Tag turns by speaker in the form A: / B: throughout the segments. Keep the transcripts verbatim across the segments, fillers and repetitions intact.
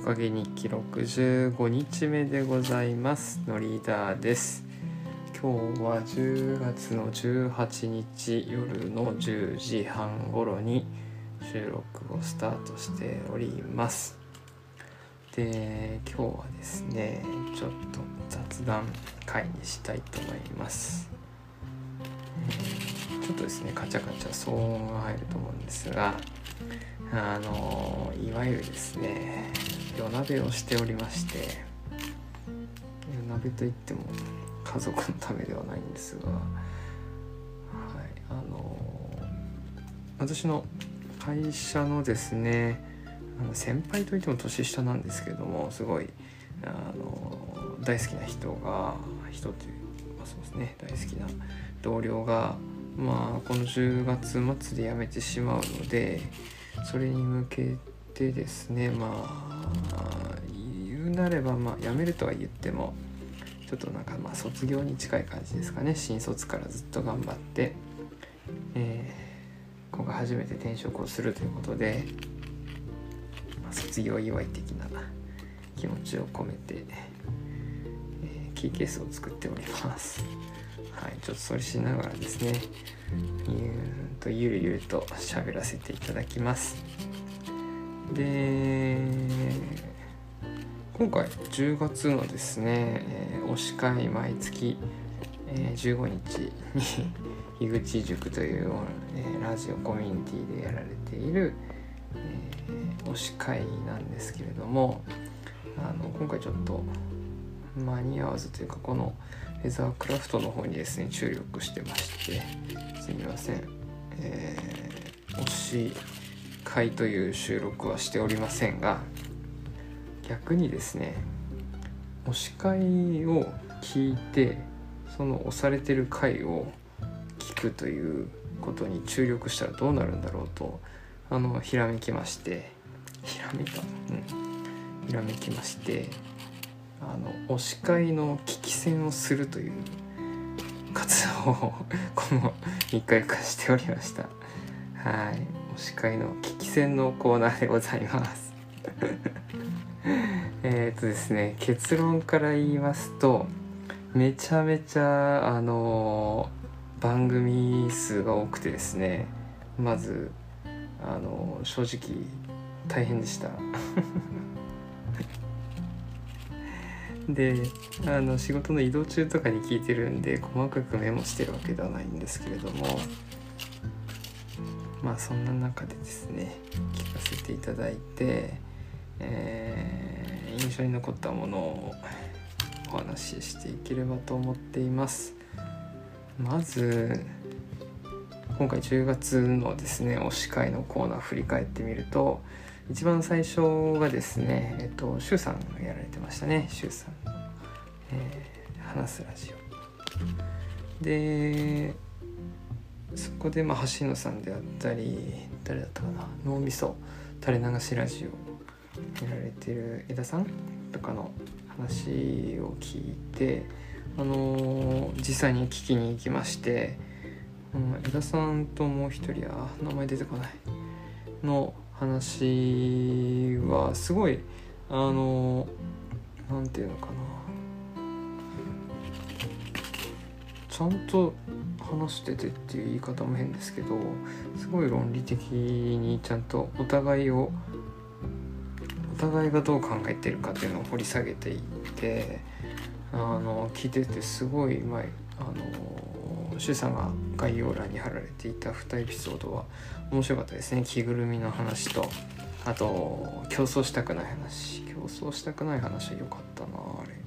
A: 影日記ろくじゅうごにちめでございます。のリーダーです。今日はじゅうがつのじゅうはちにち夜のじゅうじはん頃に収録をスタートしております。で、今日はですねちょっと雑談会にしたいと思います。えー、ちょっとですねカチャカチャ騒音が入ると思うんですが、あのいわゆるですね夜鍋をしておりまして、夜鍋といっても家族のためではないんですが、はい、あの私の会社のですねあの先輩といっても年下なんですけども、すごいあの大好きな人が人という、まあ、そうですね大好きな同僚が、まあ、このじゅうがつ末で辞めてしまうので、それに向けてですね、まあ言うなれば、まあ辞めるとは言ってもちょっとなんかまあ卒業に近い感じですかね。新卒からずっと頑張って、えー、今回初めて転職をするということで、まあ、卒業祝い的な気持ちを込めて、えー、キーケースを作っております。はい、ちょっとそれしながらですねゆーんとゆるゆると喋らせていただきます。で、今回じゅうがつのですね、えー、推し会毎月、えー、じゅうごにちに樋口塾という、えー、ラジオコミュニティでやられている、えー、推し会なんですけれども、あの今回ちょっと間に合わずというか、このフェザークラフトの方にですね注力してまして、すみません、えー、推し会という収録はしておりませんが、逆にですね推し会を聞いてその推されてる回を聞くということに注力したらどうなるんだろうとあのひらめきましてひらめいたうんひらめきましてあの推し会の聞き戦をするという活動をこのみっかよっかしておりました。はい、推し会の聞き戦のコーナーでございますえっとですね結論から言いますと、めちゃめちゃあの番組数が多くてですね、まずあの正直大変でしたで、あの仕事の移動中とかに聞いてるんで細かくメモしてるわけではないんですけれども、まあそんな中でですね聞かせていただいて、えー、印象に残ったものをお話ししていければと思っています。まず今回じゅうがつのですね推し会のコーナー振り返ってみると、一番最初がですね、えっと、シュウさんがやられてましたね。シュウさんの、えー、話すラジオで、そこでまあ橋野さんであったり、誰だったかな、脳みそ垂れ流しラジオやられてる江田さんとかの話を聞いて、あのー、実際に聞きに行きまして、うん、江田さんともう一人は名前出てこないの話はすごいあのなんていうのかな、ちゃんと話しててっていう言い方も変ですけど、すごい論理的にちゃんとお互いをお互いがどう考えてるかっていうのを掘り下げていって、あの聞いててすごい前あのシュウさんが概要欄に貼られていたにエピソードは面白かったですね。着ぐるみの話と、あと競争したくない話競争したくない話は良かったなあれ。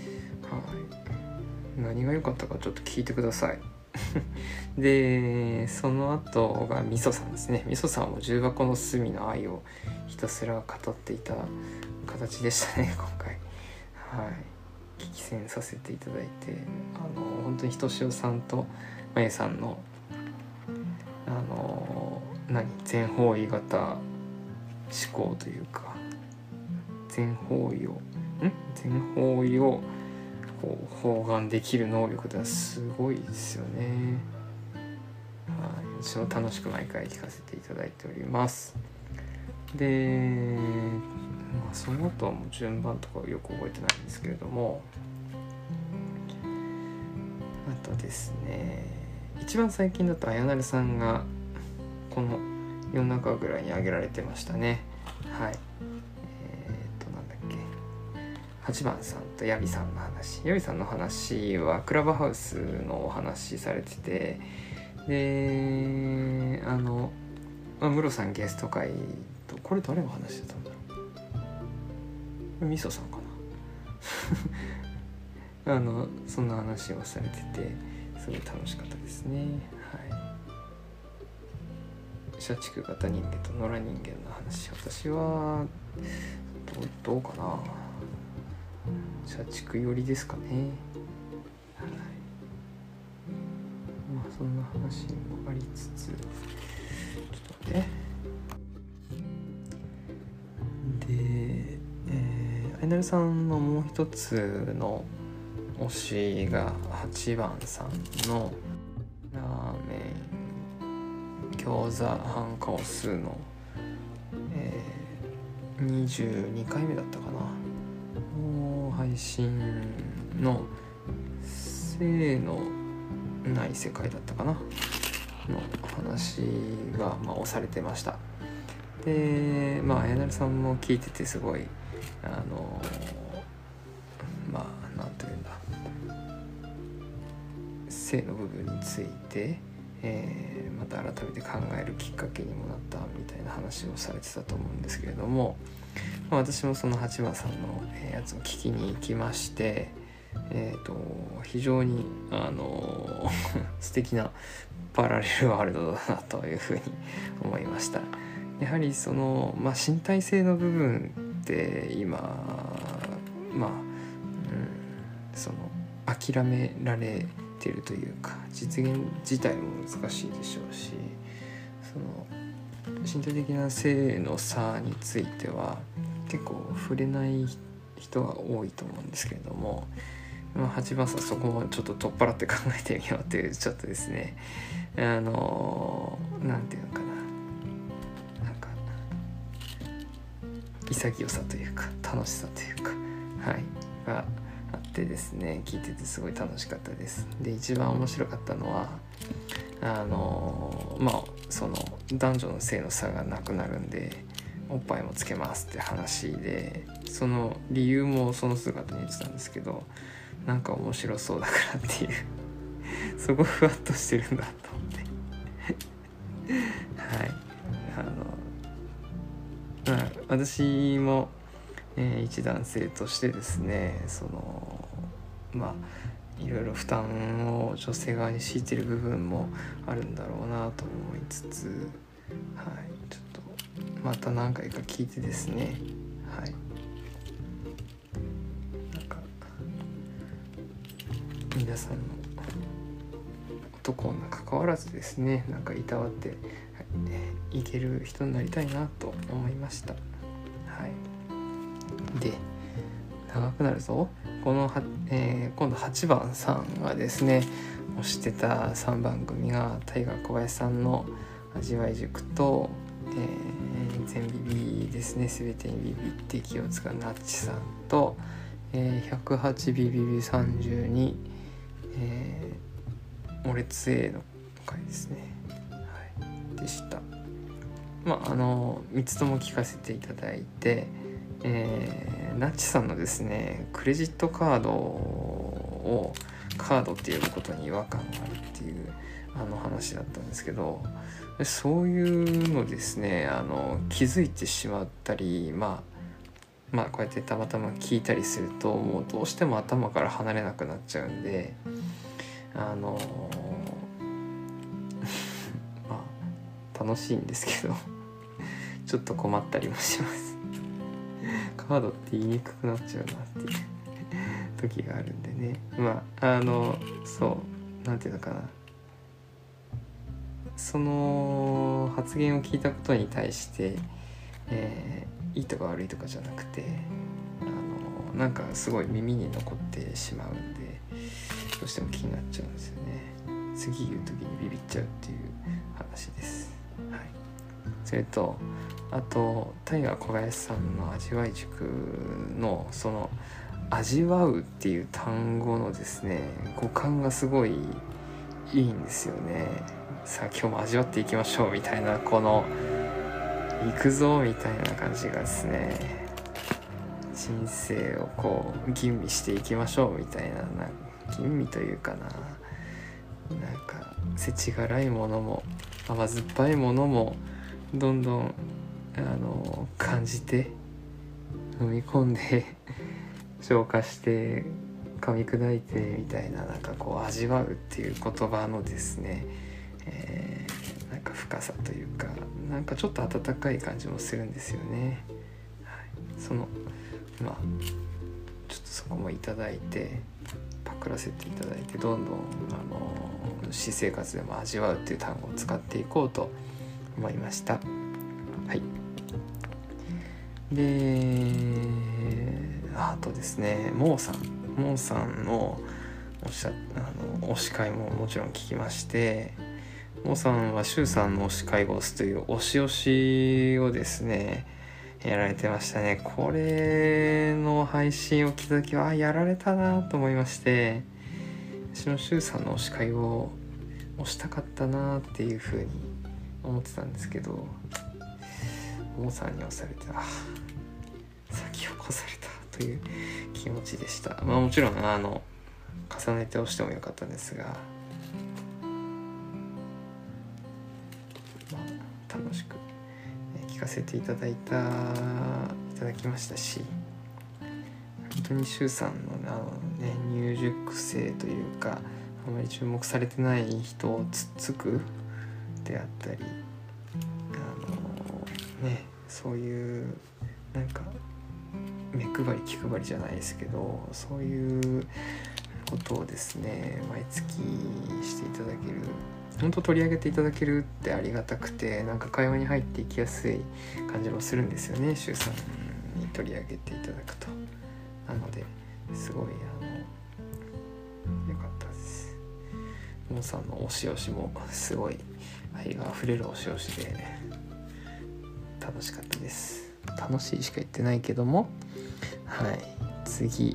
A: はい、何が良かったかちょっと聞いてくださいでその後がみそさんですね。みそさんも重箱の隅の愛をひたすら語っていた形でしたね今回。はい、聞き戦させていただいて、あの本当にひとしおさんとまゆさんのあの何全方位型思考というか、全方位をん全方位をこう包含できる能力ではすごいですよね。はい、私も楽しく毎回聞かせていただいております。で、 まあその後はもう順番とかよく覚えてないんですけれども、あとですね、一番最近だとあやなるさんがこの夜中ぐらいに上げられてましたね。はい。えー、っとなんだっけ、はちばんさんとヤビさんの話、ヤビさんの話はクラブハウスのお話されてて、であの、まあ、ムロさんゲスト会と、これ誰が話してたんだろう、みそさんかなあのそんな話をされててすごい楽しかったですね。はい。社畜型人間と野良人間の話、私はどう、どうかな、社畜寄りですかね。はい。まあそんな話もありつつ、ちょっと待ってで、えー、あいなるさんのもう一つの推しがはちばんさんのラーメン餃子半カオスの、えー、にじゅうにかいめだったかなの配信の性のない世界だったかなの話が、まあ、押されてました。でまああやなるさんも聞いててすごいあのまあなんていうんだ、性の部分について、えー、また改めて考えるきっかけにもなったみたいな話をされてたと思うんですけれども、まあ、私もそのはちばんさんのやつを聞きに行きまして、えーと、非常にあの素敵なパラレルワールドだなというふうに思いました。やはりその、まあ、身体性の部分って今まあ、うん、その諦められているというか実現自体も難しいでしょうし、その身体的な性の差については結構触れない人が多いと思うんですけれども、まあ、はちばんさんそこもちょっと取っ払って考えてみようというちょっとですね、あのなんていうのかな、なんか潔さというか楽しさというか、はいがあってですね、聞いててすごい楽しかったです。で一番面白かったのはあのまあその男女の性の差がなくなるんでおっぱいもつけますって話で、その理由もその姿に言ってたんですけど、なんか面白そうだからっていうそこふわっとしてるんだと思ってはい、あの、まあ、私も、えー、一男性としてですね、そのまあいろいろ負担を女性側に強いてる部分もあるんだろうなと思いつつ、はい、ちょっとまた何回か聞いてですね、はい、なんか皆さんの男女関わらずですね、なんかいたわって、はい、いける人になりたいなと思いました。はい。で長くなるぞ。このは、えー、今度はちばんさんがですね推してたさんばん組が大河小林さんの味わい塾と、えー、全ビビですね、すべてにビビって気を使うナッチさんと、えー、ひゃくはちビビビさんじゅうに、えー、オレツ A の回ですね、はい、でした。まああのみっつとも聞かせていただいて、えー、ナッチさんのですねクレジットカードをカードっていうことに違和感があるっていうあの話だったんですけど、そういうのですね、あの気づいてしまったり、まあまあこうやってたまたま聞いたりするともうどうしても頭から離れなくなっちゃうんで、あのまあ楽しいんですけどちょっと困ったりもしますカードって言いにくくなっちゃうなっていう時があるんでね、まああのそうなんていうのかな、その発言を聞いたことに対して、えー、いいとか悪いとかじゃなくて、あのなんかすごい耳に残ってしまうんでどうしても気になっちゃうんですよね。次言う時にビビっちゃうっていう話です。 それとあとタイガー小林さんの味わい塾のその味わうっていう単語のですね語感がすごいいいんですよね。さあ今日も味わっていきましょうみたいな、この行くぞみたいな感じがですね、人生をこう吟味していきましょうみたいな、な吟味というかな、なんか世知辛いものも甘酸っぱいものもどんどんあの感じて飲み込んで消化して噛み砕いてみたいな、なんかこう味わうっていう言葉のですね、えー、なんか深さというか、なんかちょっと温かい感じもするんですよね、はい、そのまあちょっとそこもいただいてパクらせていただいて、どんどんあの私生活でも味わうっていう単語を使っていこうと思いました。はい。で、あとですね、モーさん、モーさんのおっしゃあの推し会ももちろん聞きまして、モーさんはシュウさんの推し会ゴースという推し推しをですねやられてましたね。これの配信を聞いた時はあやられたなと思いまして、私のシュウさんの推し会を推したかったなっていうふうに思ってたんですけど、モーさんに押されてあ先を越されたという気持ちでした。まあもちろんあの重ねて押してもよかったんですが、まあ、楽しく聞かせていただいたいただきましたし、本当にシュウさんのあの、ね、入塾生というかあまり注目されてない人をつっつくであったり、あのねそういうなんか目配り気配りじゃないですけど、そういうことをですね毎月していただける、本当取り上げていただけるってありがたくて、なんか会話に入っていきやすい感じもするんですよね、シュウさんに取り上げていただくと。なのですごいあの良かったです。モンさんの推し推しもすごい愛があふれる推し推しで楽しかったです。楽しいしか言ってないけども、はい。次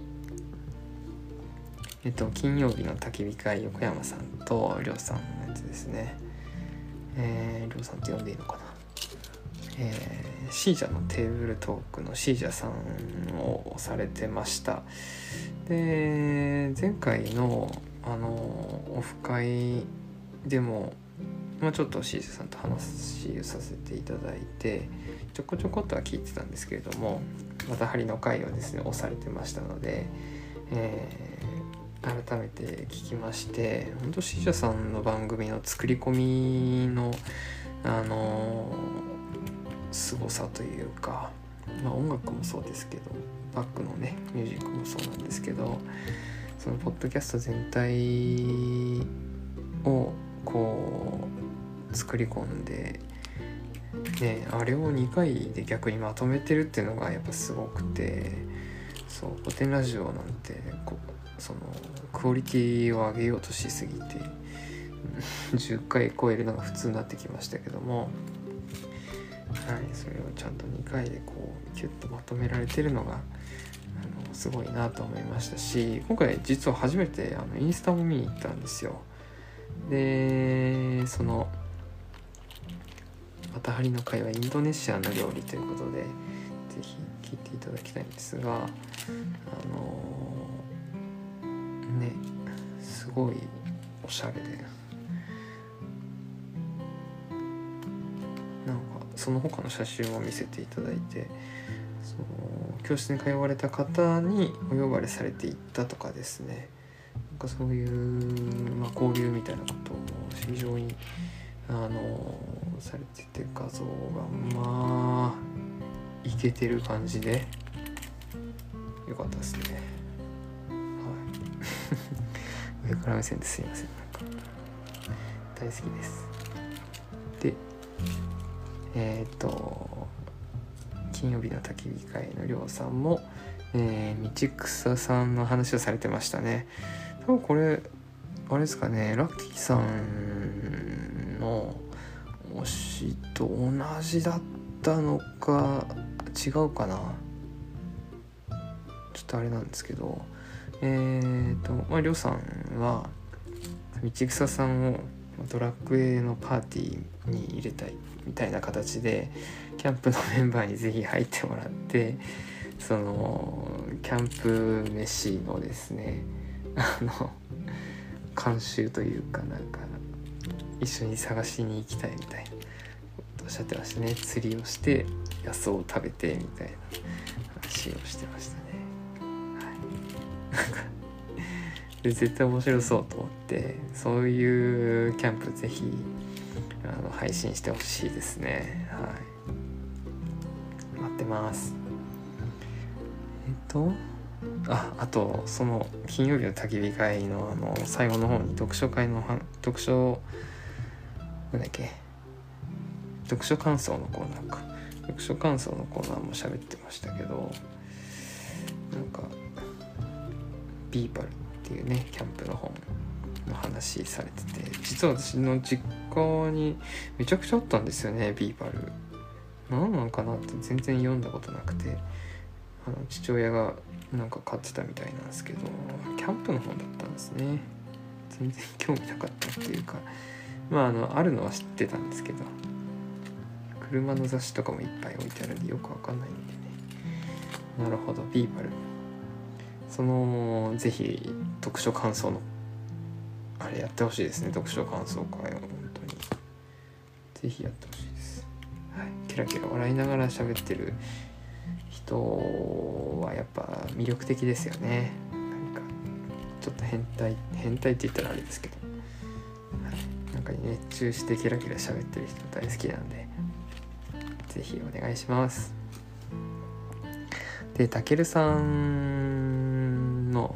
A: えっと金曜日の焚き火会、横山さんとりょうさんのやつですね。えー、りょうさんって呼んでいいのかな、えー、シージャのテーブルトークのシージャさんをされてました。で前回のあのオフ会でも、まあ、ちょっとシージャさんと話をさせていただいてちょこちょこっとは聞いてたんですけれども、また張りの回をですね押されてましたので、えー改めて聞きまして、本当シージャさんの番組の作り込みのあのー、凄さというか、まあ音楽もそうですけどバックのねミュージックもそうなんですけど、そのポッドキャスト全体をこう作り込んでね、あれをにかいで逆にまとめてるっていうのがやっぱすごくて、そう古典ラジオなんてこそのクオリティを上げようとしすぎてじゅっかい超えるのが普通になってきましたけども、はい、それをちゃんとにかいでこうキュッとまとめられてるのがあのすごいなと思いましたし、今回実は初めてあのインスタも見に行ったんですよ。でそのまたはりの会はインドネシアの料理ということでぜひ聞いていただきたいんですが、あのねすごいおしゃれで、なんかその他の写真を見せていただいて、その教室に通われた方にお呼ばれされていったとかですね、なんかそういう、まあ、交流みたいなことも非常にあのされてて、画像がまあイケてる感じでよかったですね。はい上から目線ですいません、なんか大好きです。でえっ、ー、と金曜日の焚き火会のりょうさんも、えー、道草さんの話をされてましたね。多分これあれですかね、ラッキーさんの推時と同じだったのか違うかな、ちょっとあれなんですけど、えーとまありょうさんは道草さんをドラクエのパーティーに入れたいみたいな形でキャンプのメンバーにぜひ入ってもらって、そのキャンプ飯のですねあの監修というかなんか一緒に探しに行きたいみたいなことおっしゃってましたね。釣りをして野草を食べてみたいな話をしてましたね。はい、なんかで絶対面白そうと思って、そういうキャンプぜひあの配信してほしいですね。はい、待ってます。えっとああとその金曜日の焚き火会のあの最後の方に読書会の読書なんだっけ読書感想のコーナーか読書感想のコーナーも喋ってましたけど、なんかビーパルっていうねキャンプの本の話されてて、実は私の実家にめちゃくちゃあったんですよね。ビーパル何なのかなって全然読んだことなくて、あの父親がなんか買ってたみたいなんですけど、キャンプの本だったんですね。全然興味なかったっていうか、まああのあるのは知ってたんですけど、車の雑誌とかもいっぱい置いてあるんでよくわかんないんでね。なるほど、ビーパル、そのぜひ読書感想のあれやってほしいですね。読書感想会を本当にぜひやってほしいです。はい、キラキラ笑いながら喋ってる人はやっぱ魅力的ですよね。なんかちょっと変態変態って言ったらあれですけど、はい、なんかに熱中してキラキラ喋ってる人大好きなんでぜひお願いします。でたけるさんの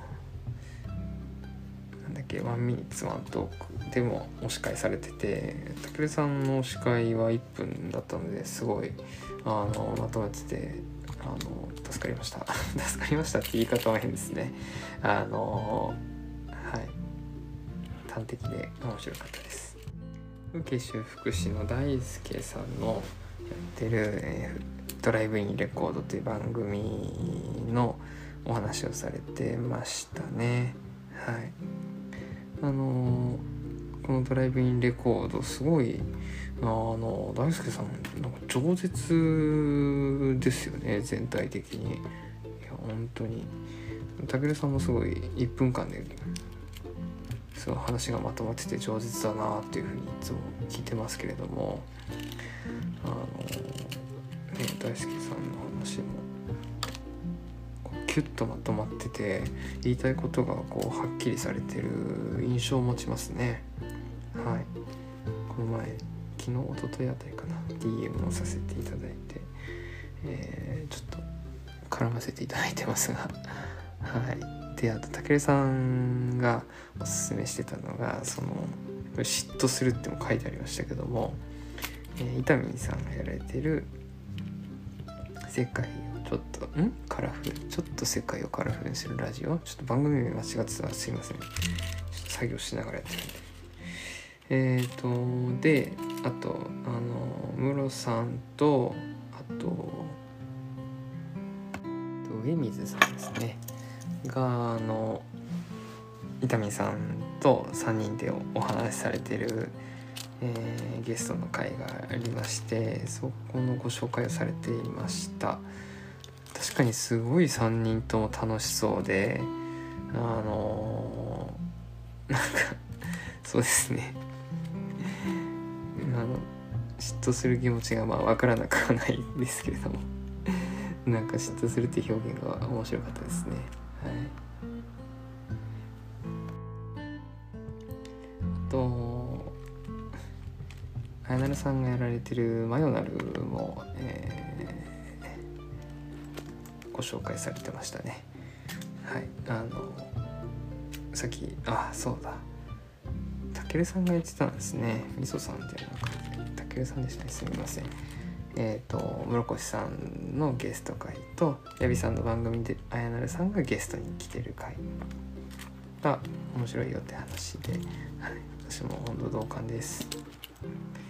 A: なんだっけワンミニッツワントークでもお司会されてて、たけるさんのお司会はいっぷんだったのですごいあのまとめててあの助かりました助かりましたって言い方は変ですね。あのはい端的で面白かったです。宇家修復師の大輔さんのやってる、えー、ドライブインレコードという番組のお話をされてましたね。はい、あのこのドライブインレコードすごいあの大輔さんなんか饒舌ですよね、全体的に。いや本当にたけるさんもすごいいっぷんかんでその話がまとまってて饒舌だなっていうふうにいつも聞いてますけれども、あの、ね、大輔さんの話もこうキュッとまとまってて言いたいことがこうはっきりされてる印象を持ちますね。はい、この前昨日一昨日あたりかな ディーエム をさせていただいて、えー、ちょっと絡ませていただいてますがはい。であとたけるさんがおすすめしてたのがその嫉妬するっても書いてありましたけども、えー、伊丹さんがやられてる世界をちょっとんカラフルちょっと世界をカラフルにするラジオ、ちょっと番組名間違ってたらすいません、ちょっと作業しながらやってるんでえーとであとあのムロさんとあと上水さんですねがあの伊丹さんとさんにんでお話しされてる、えー、ゲストの会がありまして、そこのご紹介をされていました。確かにすごいさんにんとも楽しそうで、あのー、なんかそうですねあの嫉妬する気持ちがまあ分からなくはないんですけれどもなんか嫉妬するっていう表現が面白かったですね。はい。あとあやなるさんがやられてるマヨナルも、えー、ご紹介されてましたね。はい。あのさっきあそうだたけるさんが言ってたんですね。みそさんっていうのかたけるさんでしたね、すみません。えっ、ー、と室越さんのゲスト会とやびさんの番組であやなるさんがゲストに来てる会が面白いよって話で、はい、私も本当同感です。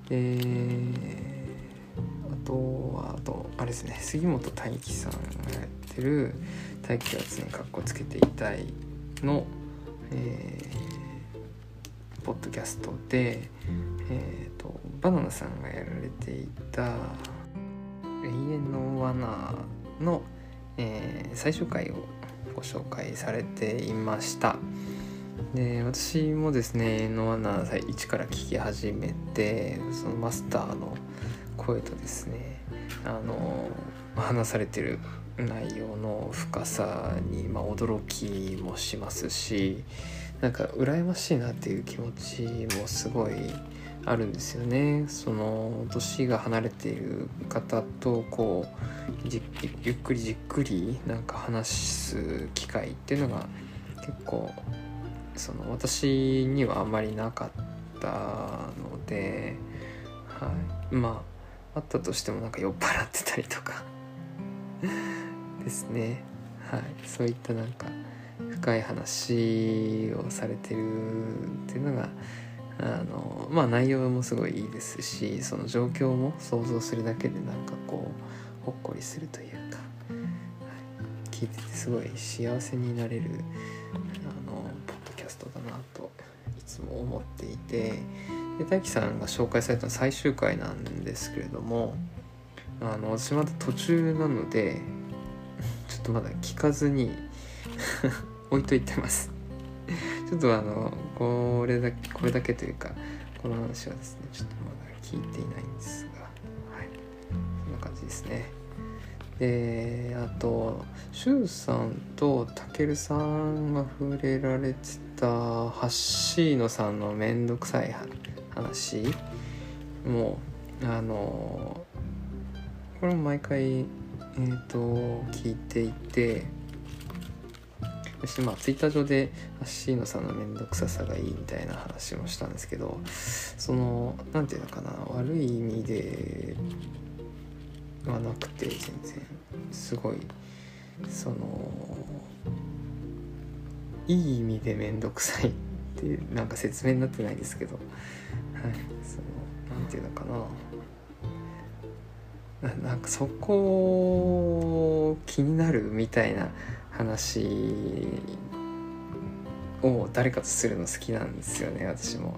A: であとはあとあれですね、杉本大輝さんがやってる大輝は常にカッコつけていたいの、えー、ポッドキャストで、えーと、バナナさんがやられていた永遠の罠の、えー、最終回をご紹介されていました。で私もですねの罠一から聞き始めて、そのマスターの声とですねあの話されてる内容の深さに、まあ、驚きもしますし、なんか羨ましいなっていう気持ちもすごいあるんですよね。その年が離れている方とこうじゆっくりじっくりなんか話す機会っていうのが結構その私にはあんまりなかったので、はい、まああったとしてもなんか酔っ払ってたりとかですね、はい、そういったなんか深い話をされてるっていうのがあのまあ内容もすごいいいですし、その状況も想像するだけでなんかこうほっこりするというか、はい、聞いててすごい幸せになれるあのポッドキャストだなといつも思っていて、で大輝さんが紹介されたのは最終回なんですけれども、あの私まだ途中なのでちょっとまだ聞かずに置いといてますちょっとあのこれだけこれだけというかこの話はですねちょっとまだ聞いていないんですが、はい、そんな感じですね。であとシュウさんとタケルさんが触れられてたハッシーノさんのめんどくさい話もあのこれも毎回えーと聞いていて、私まあツイッター上でハッシーノさんのめんどくささがいいみたいな話もしたんですけど、そのなんていうのかな、悪い意味ではなくて全然すごいそのいい意味でめんどくさいっていうなんか説明になってないですけど、はい、そのなんていうのかな、な, なんかそこ気になるみたいな話を誰かとするの好きなんですよね、私も。はい、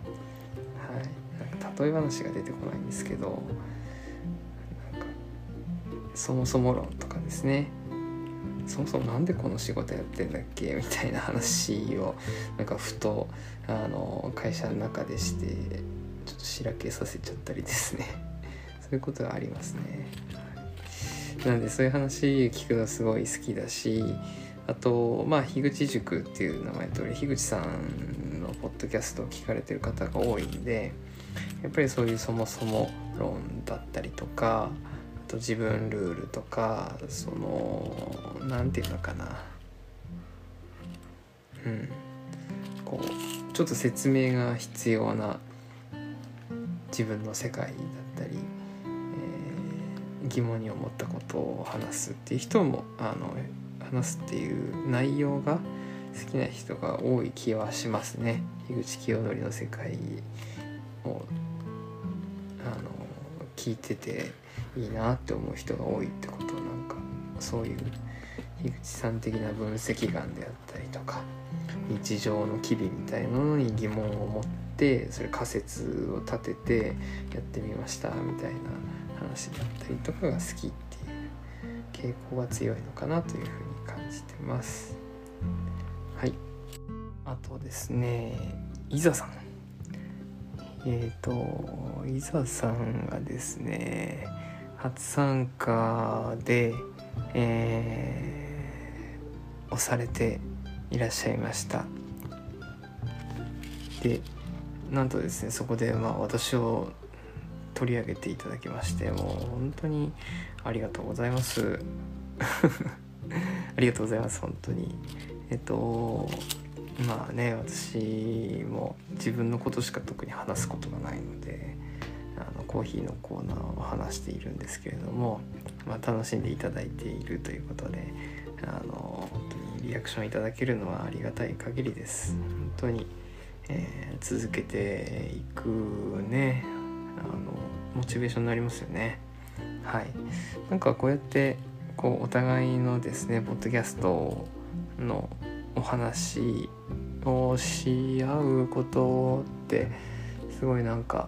A: なんか例え話が出てこないんですけど、なんかそもそも論とかですね、そもそもなんでこの仕事やってんだっけみたいな話をなんかふとあの会社の中でしてちょっとしらけさせちゃったりですねそういうことがありますね。なのでそういう話聞くのすごい好きだし、あとまあ樋口塾っていう名前通り樋口さんのポッドキャストを聞かれてる方が多いんで、やっぱりそういうそもそも論だったりとか、あと自分ルールとか、そのなんていうのかな、うんこうちょっと説明が必要な自分の世界だったり、えー、疑問に思ったことを話すっていう人もあの話すっていう内容が好きな人が多い気はしますね。樋口清則の世界をあの聞いてていいなって思う人が多いってことは、なんかそういう樋口さん的な分析眼であったりとか日常の機微みたいなのに疑問を持ってそれ仮説を立ててやってみましたみたいな話だったりとかが好きっていう傾向が強いのかなというふうに感じてます。はい。あとですね、伊沢さんえっ、ー、と伊沢さんがですね初参加で、えー、押されていらっしゃいました。でなんとですねそこでまあ私を取り上げていただきまして、もう本当にありがとうございますありがとうございます本当に。えっとまあね、私も自分のことしか特に話すことがないので、あのコーヒーのコーナーを話しているんですけれども、まあ、楽しんでいただいているということで、あの本当にリアクションいただけるのはありがたい限りです。本当に、えー、続けていくね、あモチベーションになりますよね。はい、なんかこうやってこうお互いのですねポッドキャストのお話をし合うことってすごいなんか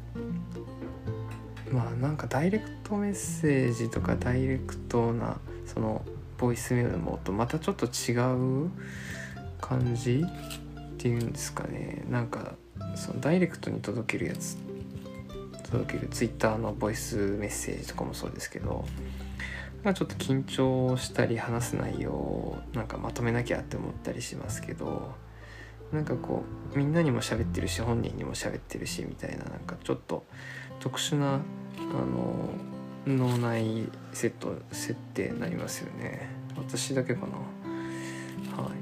A: まあなんかダイレクトメッセージとかダイレクトなそのボイスメモとまたちょっと違う感じっていうんですかね。なんかそのダイレクトに届けるやつ届けるツイッターのボイスメッセージとかもそうですけど、まあ、ちょっと緊張したり話す内容をなんかまとめなきゃって思ったりしますけど、なんかこうみんなにも喋ってるし本人にも喋ってるしみたいな、なんかちょっと特殊なあの脳内セット設定になりますよね。私だけかな。はい。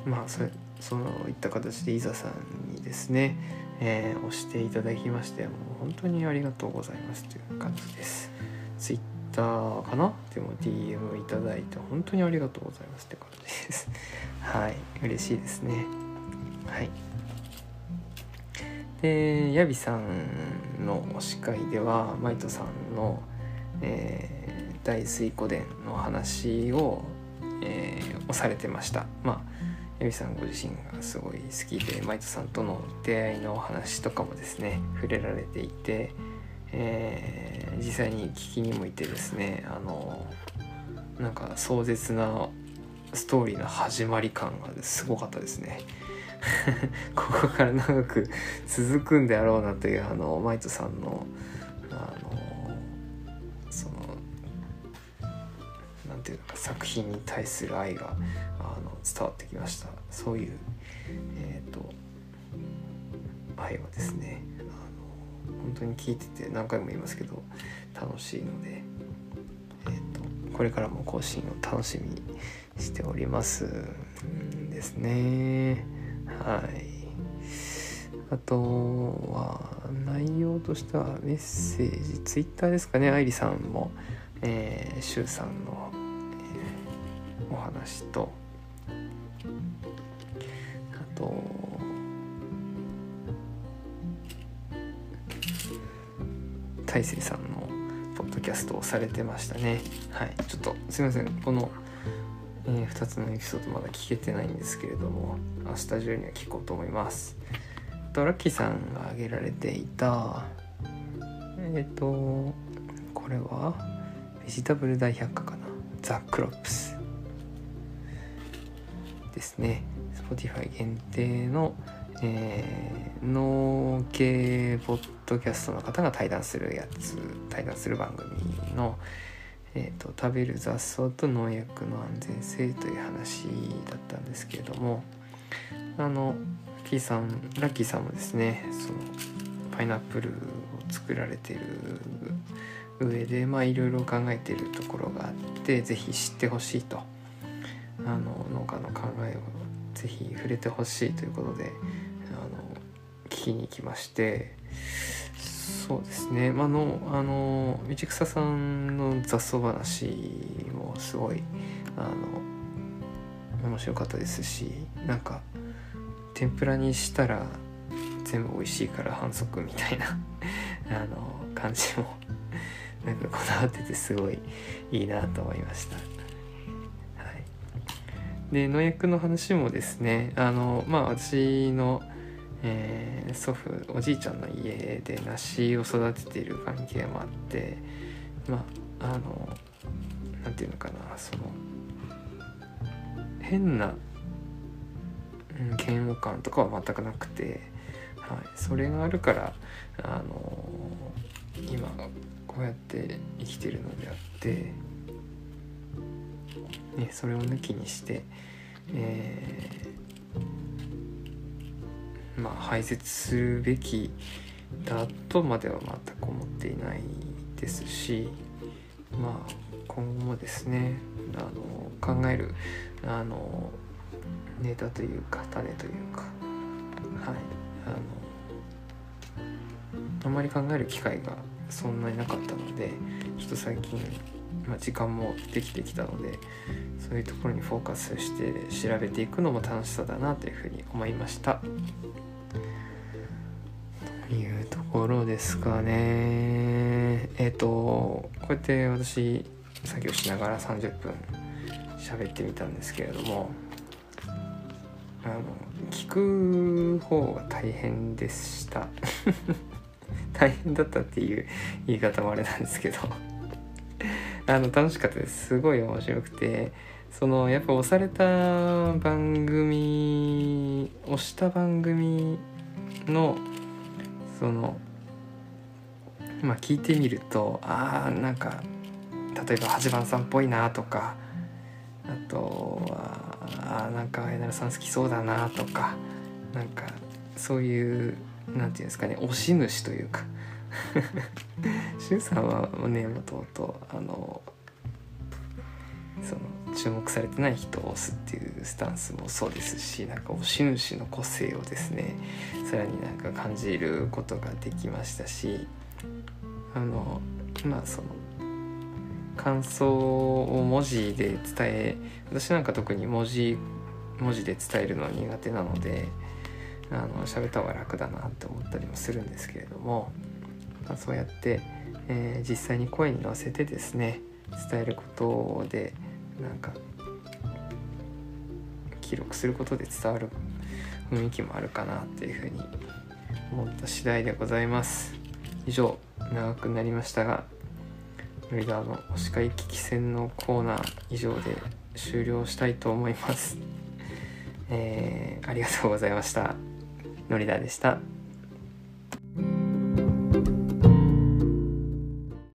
A: まあそれそのいった形でイザさんにですね、えー、押していただきましてもう本当にありがとうございますという感じです。ツイッターかなでも ディーエム いただいて本当にありがとうございますって感じです。はい、嬉しいですね。はい。で、ヤビさんのお司会ではマイトさんの、えー、大水湖伝の話を、えー、押されてました。まあヤビさんご自身がすごい好きでマイトさんとの出会いのお話とかもですね触れられていて、えー、実際に聞きにもいてですね、あのなんか壮絶なストーリーの始まり感がすごかったですね。ここから長く続くんであろうなというあのマイトさんのあのそのなんていうか作品に対する愛があの伝わってきました。そういうえっ、ー、と愛はですねあの本当に聞いてて何回も言いますけど楽しいので、えー、とこれからも更新を楽しみにしておりますんですね。はい。あとは内容としてはメッセージツイッターですかね。愛理さんも、えー、シュウさんの、えー、お話とあと大成さんのポッドキャストをされてましたね。はい。ちょっとすいませんこのえー、ふたつのエピソードまだ聞けてないんですけれども明日中には聞こうと思います。とラッキーさんが挙げられていたえっ、ー、とこれはベジタブル大百科かな、ザ・クロップスですね。 Spotify 限定の、えー、農系ポッドキャストの方が対談するやつ対談する番組のえー、と食べる雑草と農薬の安全性という話だったんですけれども、あのラッキーさんラッキーさんもですねそのパイナップルを作られている上でまあいろいろ考えているところがあってぜひ知ってほしいと、あの農家の考えをぜひ触れてほしいということであの聞きに行きまして、そうですね、まあのあの道草さんの雑草話もすごいあの面白かったですし、なんか天ぷらにしたら全部美味しいから反則みたいなあの感じもなんかこだわっててすごいいいなと思いました。はい、で農薬の話もですねあのまあ私のえー、祖父おじいちゃんの家で梨を育てている関係もあって、まああのなんていうのかなその変な、うん、嫌悪感とかは全くなくて、はい、それがあるからあの今こうやって生きてるのであって、ね、それを抜きにして、えーまあ、排泄するべきだとまでは全く思っていないですし、まあ今後もですねあの考えるあのネタというか種というか、はい、あのあまり考える機会がそんなになかったのでちょっと最近、まあ、時間もできてきたのでそういうところにフォーカスして調べていくのも楽しそうだなというふうに思いました。というとこころですかね。えっとこうやって私作業しながらさんじゅっぷん喋ってみたんですけれども、あの聞く方が大変でした大変だったっていう言い方もあれなんですけどあの楽しかったです。すごい面白くて、そのやっぱ押された番組押した番組のそのまあ聞いてみると、あーなんか例えばはちばんさんっぽいなとか、あとはあなんかあやなるさん好きそうだなとか、なんかそういうなんていうんですかね、推し主というかしゅうさんはねもともとあのその注目されてない人を推すっていうスタンスもそうですし、なんか推し主の個性をですねさらになんか感じることができましたし、あのまあその感想を文字で伝え、私なんか特に文字文字で伝えるのは苦手なので、あの喋った方が楽だなって思ったりもするんですけれども、まあ、そうやって、えー、実際に声に乗せてですね伝えることでなんか記録することで伝わる雰囲気もあるかなっていうふうに思った次第でございます。以上長くなりましたが、ノリダーの推し会危機戦のコーナー以上で終了したいと思います。えー、ありがとうございました。ノリダーでした。